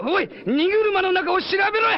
おい、荷車の中を調べろや。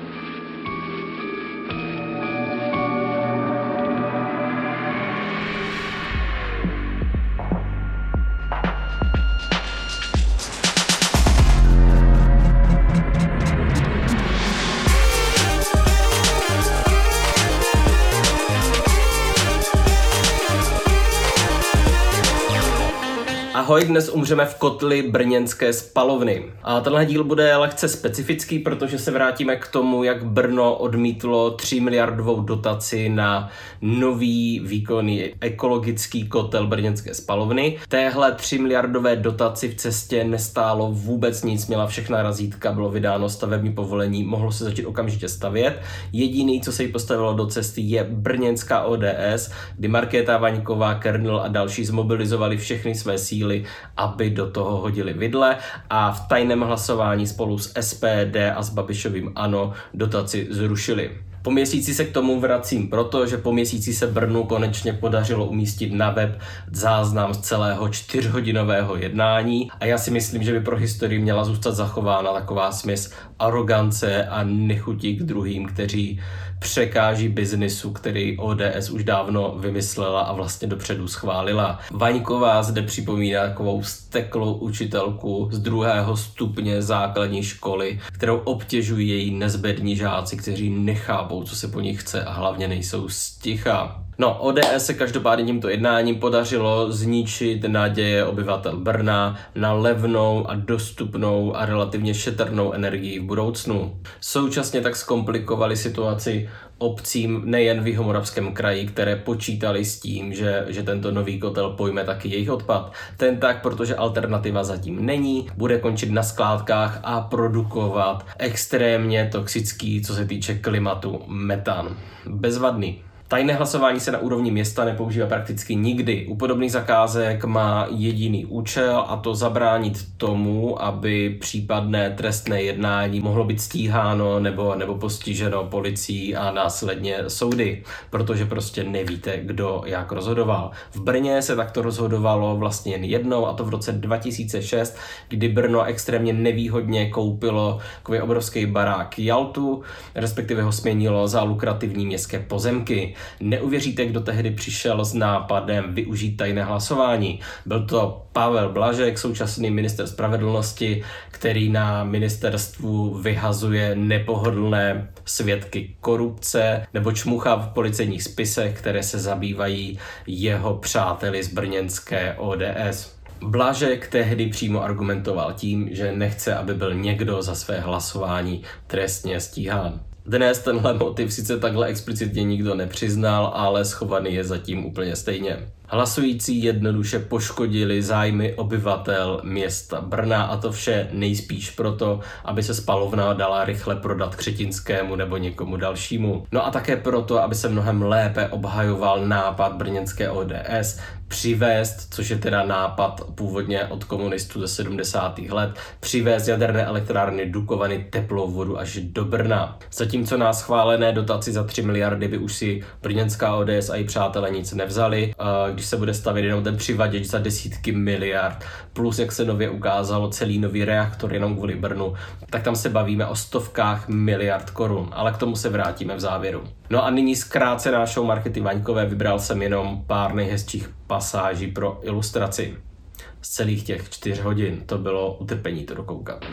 Ahoj, dnes umřeme v kotli brněnské spalovny. A tenhle díl bude lehce specifický, protože se vrátíme k tomu, jak Brno odmítlo 3 miliardovou dotaci na nový výkonný ekologický kotel brněnské spalovny. Téhle 3 miliardové dotaci v cestě nestálo vůbec nic, měla všechna razítka, bylo vydáno stavební povolení, mohlo se začít okamžitě stavět. Jediný, co se jí postavilo do cesty, je brněnská ODS, kdy Markéta Vaňková, Kernel a další zmobilizovali všechny své síly, aby do toho hodili vidle a v tajném hlasování spolu s SPD a s Babišovým ANO dotaci zrušili. Po měsíci se k tomu vracím, protože po měsíci se Brnu konečně podařilo umístit na web záznam z celého 4hodinového jednání a já si myslím, že by pro historii měla zůstat zachována taková směs arogance a nechutí k druhým, kteří překáží biznisu, který ODS už dávno vymyslela a vlastně dopředu schválila. Vaňková zde připomíná takovou steklou učitelku z 2. stupně základní školy, kterou obtěžují její nezbední žáci, kteří nechápou, co se po nich chce a hlavně nejsou sticha. No, ODS se každopádně tímto jednáním podařilo zničit naděje obyvatel Brna na levnou a dostupnou a relativně šetrnou energii v budoucnu. Současně tak zkomplikovali situaci obcím nejen v Jihomoravském kraji, které počítali s tím, že tento nový kotel pojme taky jejich odpad. Ten tak, protože alternativa zatím není, bude končit na skládkách a produkovat extrémně toxický, co se týče klimatu, metan. Bezvadný. Tajné hlasování se na úrovni města nepoužívá prakticky nikdy. U podobných zakázek má jediný účel, a to zabránit tomu, aby případné trestné jednání mohlo být stíháno nebo postiženo policií a následně soudy, protože prostě nevíte, kdo jak rozhodoval. V Brně se takto rozhodovalo vlastně jen jednou, a to v roce 2006, kdy Brno extrémně nevýhodně koupilo takový obrovský barák Jaltu, respektive ho směnilo za lukrativní městské pozemky. Neuvěříte, kdo tehdy přišel s nápadem využít tajné hlasování. Byl to Pavel Blažek, současný ministr spravedlnosti, který na ministerstvu vyhazuje nepohodlné svědky korupce nebo čmuchá v policejních spisech, které se zabývají jeho přáteli z brněnské ODS. Blažek tehdy přímo argumentoval tím, že nechce, aby byl někdo za své hlasování trestně stíhán. Dnes tenhle motiv sice takhle explicitně nikdo nepřiznal, ale schovaný je zatím úplně stejně. Hlasující jednoduše poškodili zájmy obyvatel města Brna, a to vše nejspíš proto, aby se spalovna dala rychle prodat Křetinskému nebo někomu dalšímu. No a také proto, aby se mnohem lépe obhajoval nápad brněnské ODS přivést, což je teda nápad původně od komunistů ze 70. let, přivést jaderné elektrárny Dukovany teplou vodu až do Brna. Zatímco na schválené dotaci za 3 miliardy by už si brněnská ODS a její přátelé nic nevzali, když se bude stavět jenom ten přivaděč za desítky miliard, plus jak se nově ukázalo celý nový reaktor jenom kvůli Brnu, tak tam se bavíme o stovkách miliard korun, ale k tomu se vrátíme v závěru. No a nyní zkrácená show Markéty Vaňkové, vybral jsem jenom pár nejhezčích pasáží pro ilustraci. Z celých těch 4 hodin to bylo utrpení to dokoukat.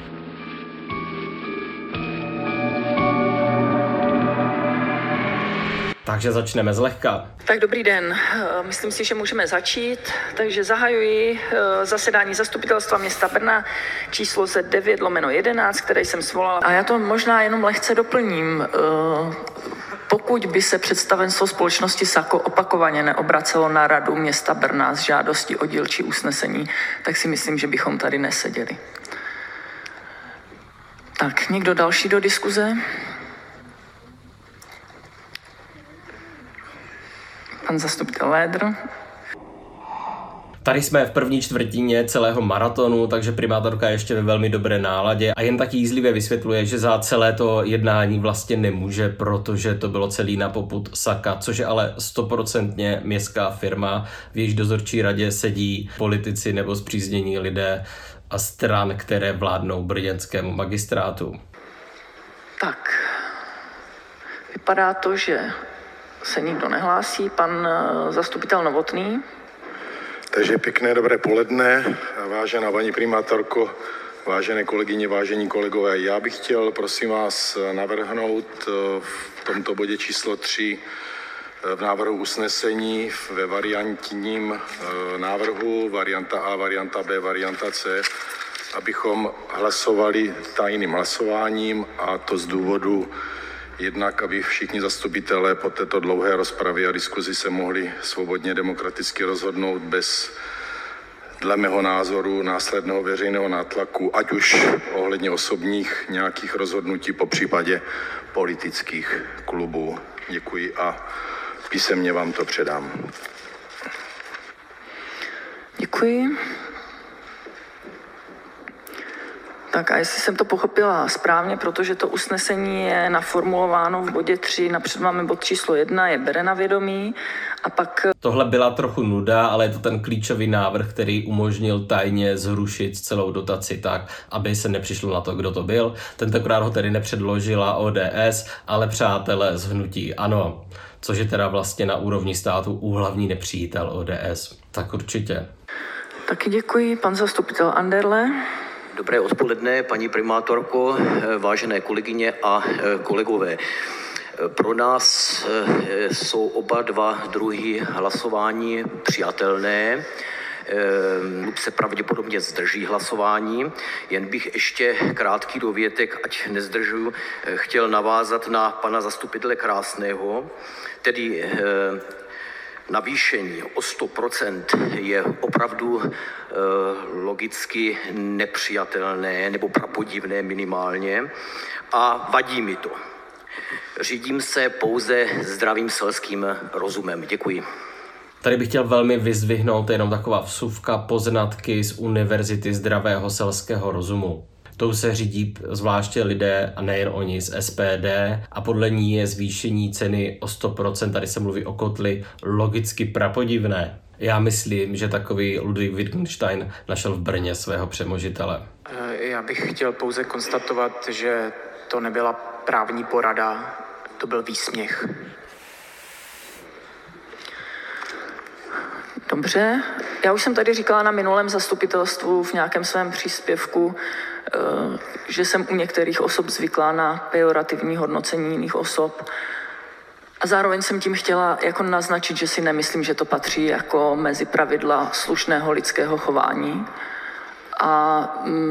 Takže začneme zlehka. Tak dobrý den, myslím si, že můžeme začít. Takže zahajuji zasedání zastupitelstva města Brna číslo Z9/11, které jsem svolala. A já to možná jenom lehce doplním. Pokud by se představenstvo společnosti SAKO opakovaně neobracelo na radu města Brna s žádostí o dílčí usnesení, tak si myslím, že bychom tady neseděli. Tak, někdo další do diskuze? Pan zastupitel Lédr. Tady jsme v první čtvrtině celého maratonu, takže primátorka je ještě ve velmi dobré náladě a jen tak jízlivě vysvětluje, že za celé to jednání vlastně nemůže, protože to bylo celý na popud Saka, což je ale 100% městská firma, v jejíž dozorčí radě sedí politici nebo spříznění lidé a stran, které vládnou brněnskému magistrátu. Tak, vypadá to, že se nikdo nehlásí. Pan zastupitel Novotný. Takže pěkné dobré poledne, vážená paní primátorko, vážené kolegyně, vážení kolegové. Já bych chtěl, prosím vás, navrhnout v tomto bodě číslo 3 v návrhu usnesení ve variantním návrhu varianta A, varianta B, varianta C, abychom hlasovali tajným hlasováním, a to z důvodu jednak, aby všichni zastupitelé po této dlouhé rozpravě a diskuzi se mohli svobodně demokraticky rozhodnout bez, dle mého názoru, následného veřejného nátlaku, ať už ohledně osobních nějakých rozhodnutí, po případě politických klubů. Děkuji a písemně vám to předám. Děkuji. Tak a jestli jsem to pochopila správně, protože to usnesení je naformulováno v bodě 3, napřed máme bod číslo 1, je bere na vědomí a pak... Tohle byla trochu nuda, ale je to ten klíčový návrh, který umožnil tajně zrušit celou dotaci tak, aby se nepřišlo na to, kdo to byl. Tentokrát ho tedy nepředložila ODS, ale přátelé z hnutí ANO, což je teda vlastně na úrovni státu úhlavní nepřítel ODS. Tak určitě. Taky děkuji, pan zastupitel Anderle. Dobré odpoledne, paní primátorko, vážené kolegyně a kolegové. Pro nás jsou oba dva druhy hlasování přijatelné. Klub se pravděpodobně zdrží hlasování. Jen bych ještě krátký dovětek, ať nezdržuju, chtěl navázat na pana zastupitele Krásného, tedy navýšení o 100% je opravdu logicky nepřijatelné nebo prapodivné minimálně a vadí mi to. Řídím se pouze zdravým selským rozumem. Děkuji. Tady bych chtěl velmi vyzdvihnout jenom taková vsuvka, poznatky z Univerzity zdravého selského rozumu. Tou se řídí zvláště lidé, a nejen oni, z SPD, a podle ní je zvýšení ceny o 100%, tady se mluví o kotli, logicky prapodivné. Já myslím, že takový Ludwig Wittgenstein našel v Brně svého přemožitele. Já bych chtěl pouze konstatovat, že to nebyla právní porada, to byl výsměch. Dobře, já už jsem tady říkala na minulém zastupitelstvu v nějakém svém příspěvku, že jsem u některých osob zvyklá na pejorativní hodnocení jiných osob. A zároveň jsem tím chtěla jako naznačit, že si nemyslím, že to patří jako mezi pravidla slušného lidského chování. A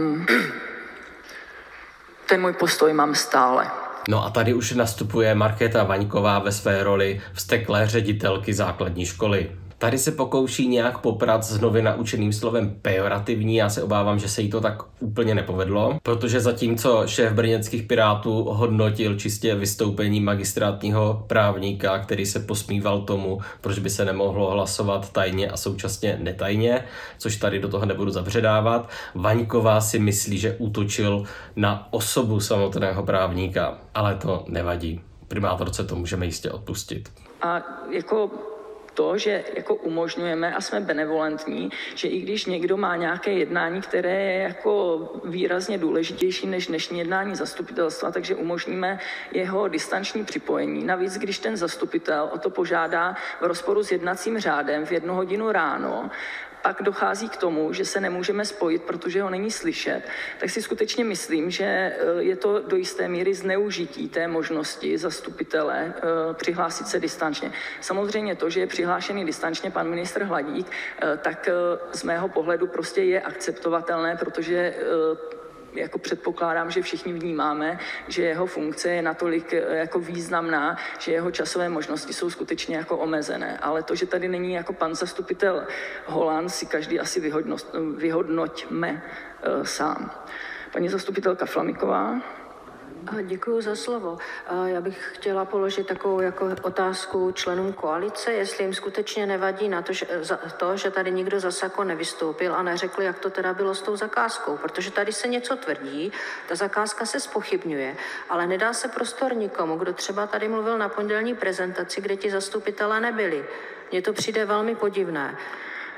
ten můj postoj mám stále. No a tady už nastupuje Markéta Vaňková ve své roli vzteklé ředitelky základní školy. Tady se pokouší nějak poprat s nově naučeným slovem pejorativní. Já se obávám, že se jí to tak úplně nepovedlo, protože zatímco šéf brněnských Pirátů hodnotil čistě vystoupení magistrátního právníka, který se posmíval tomu, proč by se nemohlo hlasovat tajně a současně netajně, což tady do toho nebudu zabředávat, Vaňková si myslí, že útočil na osobu samotného právníka, ale to nevadí. Primátorce to můžeme jistě odpustit. A jako to, že jako umožňujeme a jsme benevolentní, že i když někdo má nějaké jednání, které je jako výrazně důležitější než dnešní jednání zastupitelstva, takže umožníme jeho distanční připojení. Navíc, když ten zastupitel o to požádá v rozporu s jednacím řádem v 1 hodinu ráno, pak dochází k tomu, že se nemůžeme spojit, protože ho není slyšet, tak si skutečně myslím, že je to do jisté míry zneužití té možnosti zastupitele přihlásit se distančně. Samozřejmě to, že je přihlášený distančně pan ministr Hladík, tak z mého pohledu prostě je akceptovatelné, protože jako předpokládám, že všichni vnímáme, že jeho funkce je natolik jako významná, že jeho časové možnosti jsou skutečně jako omezené. Ale to, že tady není jako pan zastupitel Holan, si každý asi vyhodnoťme sám. Paní zastupitelka Flamiková. Děkuji za slovo. Já bych chtěla položit takovou jako otázku členům koalice, jestli jim skutečně nevadí na to, že tady nikdo za SAKO nevystoupil a neřekl, jak to teda bylo s tou zakázkou, protože tady se něco tvrdí, ta zakázka se zpochybňuje, ale nedá se prostor nikomu, kdo třeba tady mluvil na pondělní prezentaci, kde ti zastupitelé nebyli. Mně to přijde velmi podivné.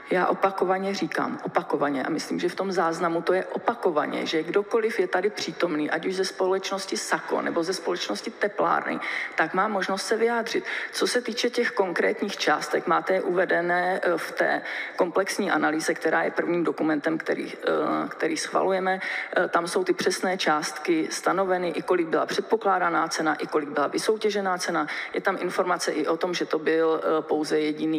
Já opakovaně říkám, a myslím, že v tom záznamu to je opakovaně, že kdokoliv je tady přítomný, ať už ze společnosti SAKO nebo ze společnosti teplárny, tak má možnost se vyjádřit. Co se týče těch konkrétních částek, máte je uvedené v té komplexní analýze, která je prvním dokumentem, který schvalujeme. Tam jsou ty přesné částky stanoveny, i kolik byla předpokládaná cena, i kolik byla vysoutěžená cena. Je tam informace i o tom, že to byl pouze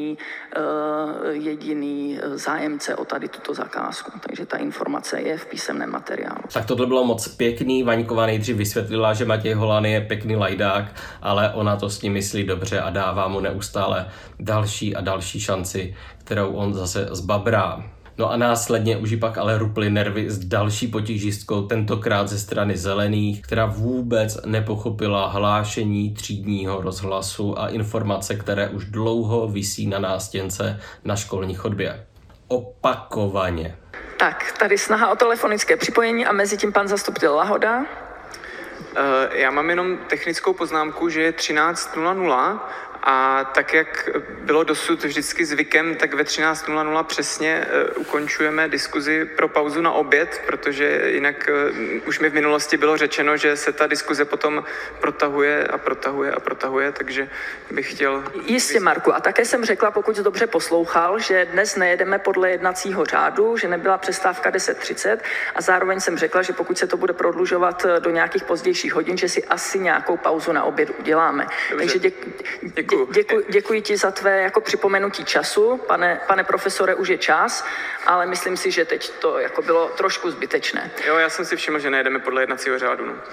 jediný zájemce o tady tuto zakázku. Takže ta informace je v písemném materiálu. Tak tohle bylo moc pěkný. Vaňková nejdřív vysvětlila, že Matěj Holan je pěkný lajdák, ale ona to s ním myslí dobře a dává mu neustále další a další šanci, kterou on zase zbabrá. No a následně už jí pak ale ruply nervy s další potížistkou, tentokrát ze strany Zelených, která vůbec nepochopila hlášení třídního rozhlasu a informace, které už dlouho visí na nástěnce na školní chodbě. Opakovaně. Tak, tady snaha o telefonické připojení a mezi tím pan zastupitel Lahoda. Já mám jenom technickou poznámku, že je 13:00 a tak, jak bylo dosud vždycky zvykem, tak ve 13:00 přesně ukončujeme diskuzi pro pauzu na oběd, protože jinak už mi v minulosti bylo řečeno, že se ta diskuze potom protahuje, takže bych chtěl... Jistě, Marku, a také jsem řekla, pokud jsi dobře poslouchal, že dnes nejedeme podle jednacího řádu, že nebyla přestávka 10:30 a zároveň jsem řekla, že pokud se to bude prodlužovat do nějakých pozdějších hodin, že si asi nějakou pauzu na oběd uděláme. Dobře. Takže děkuji ti za tvé jako připomenutí času. Pane profesore, už je čas, ale myslím si, že teď to jako bylo trošku zbytečné. Jo, já jsem si všiml, že nejedeme podle jednacího řádu. No.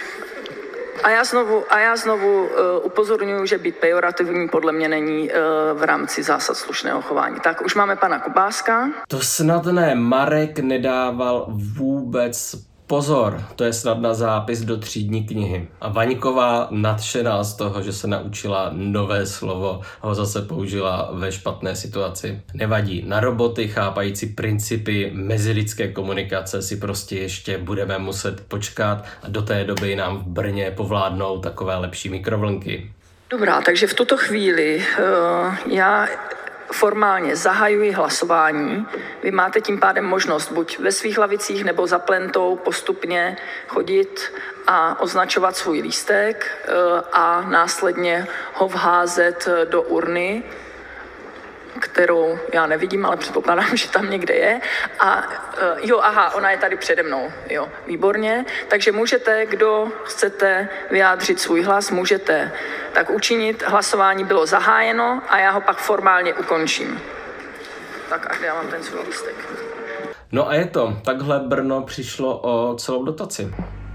A já znovu upozorňuji, že být pejorativní podle mě není v rámci zásad slušného chování. Tak už máme pana Kubáska. To snad ne, Marek nedával vůbec pozor, to je snad na zápis do třídní knihy. A Vaňková nadšená z toho, že se naučila nové slovo, ho zase použila ve špatné situaci. Nevadí, na roboty chápající principy mezilidské komunikace si prostě ještě budeme muset počkat a do té doby nám v Brně povládnou takové lepší mikrovlnky. Dobrá, takže v tuto chvíli já formálně zahajuji hlasování. Vy máte tím pádem možnost buď ve svých lavicích nebo za plentou postupně chodit a označovat svůj lístek a následně ho vházet do urny, kterou já nevidím, ale předpokládám, že tam někde je. A ona je tady přede mnou. Jo, výborně. Takže můžete, kdo chcete vyjádřit svůj hlas, můžete tak učinit. Hlasování bylo zahájeno a já ho pak formálně ukončím. Tak a kde já mám ten svůj lístek? No a je to. Takhle Brno přišlo o celou dotaci.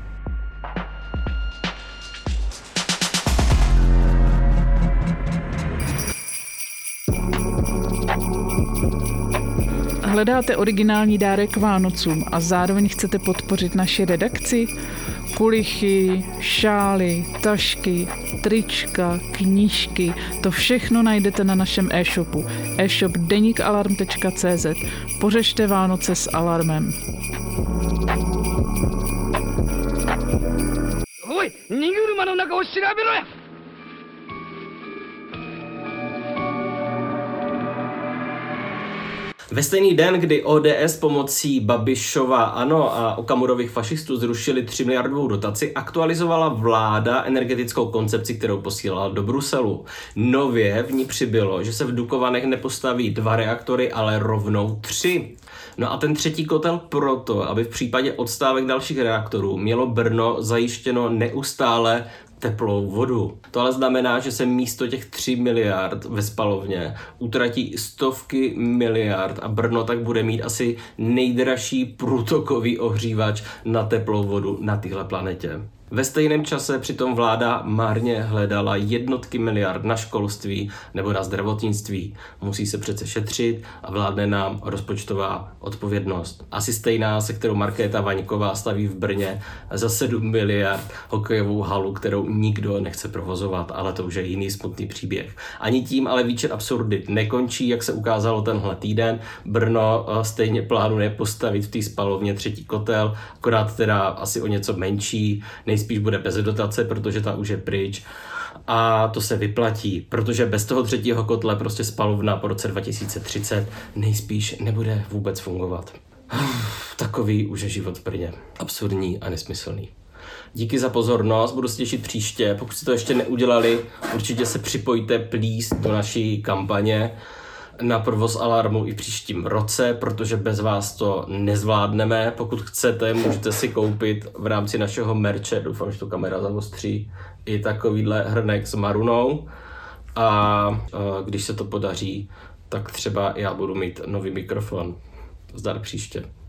Hledáte originální dárek k Vánocům a zároveň chcete podpořit naši redakci? Kulichy, šály, tašky, trička, knížky, to všechno najdete na našem e-shopu. E-shop denikalarm.cz. Pořešte Vánoce s Alarmem. おい、荷車の中を調べろや。 Ve stejný den, kdy ODS pomocí Babišova ANO a Okamurových fašistů zrušili 3 miliardovou dotaci, aktualizovala vláda energetickou koncepci, kterou posílala do Bruselu. Nově v ní přibylo, že se v Dukovanech nepostaví 2 reaktory, ale rovnou 3. No a ten třetí kotel proto, aby v případě odstávek dalších reaktorů mělo Brno zajištěno neustále teplou vodu. To ale znamená, že se místo těch 3 miliard ve spalovně utratí stovky miliard a Brno tak bude mít asi nejdražší průtokový ohřívač na teplou vodu na téhle planetě. Ve stejném čase přitom vláda marně hledala jednotky miliard na školství nebo na zdravotnictví. Musí se přece šetřit a vládne nám rozpočtová odpovědnost. Asi stejná, se kterou Markéta Vaňková staví v Brně za 7 miliard hokejovou halu, kterou nikdo nechce provozovat, ale to už je jiný smutný příběh. Ani tím ale výčet absurdit nekončí, jak se ukázalo tenhle týden. Brno stejně plánuje postavit v té spalovně 3. kotel, akorát teda asi o něco menší, nejspíš bude bez dotace, protože ta už je pryč. A to se vyplatí, protože bez toho třetího kotle prostě spalovna po roce 2030 nejspíš nebude vůbec fungovat. Takový už je život v Brně. Absurdní a nesmyslný. Díky za pozornost, budu se těšit příště. Pokud jste to ještě neudělali, určitě se připojte please do naší kampaně na provoz alarmu i příštím roce, protože bez vás to nezvládneme. Pokud chcete, můžete si koupit v rámci našeho merče, doufám, že to kamera zaostří, i takovýhle hrnek s marunou. A když se to podaří, tak třeba já budu mít nový mikrofon. Zdar příště.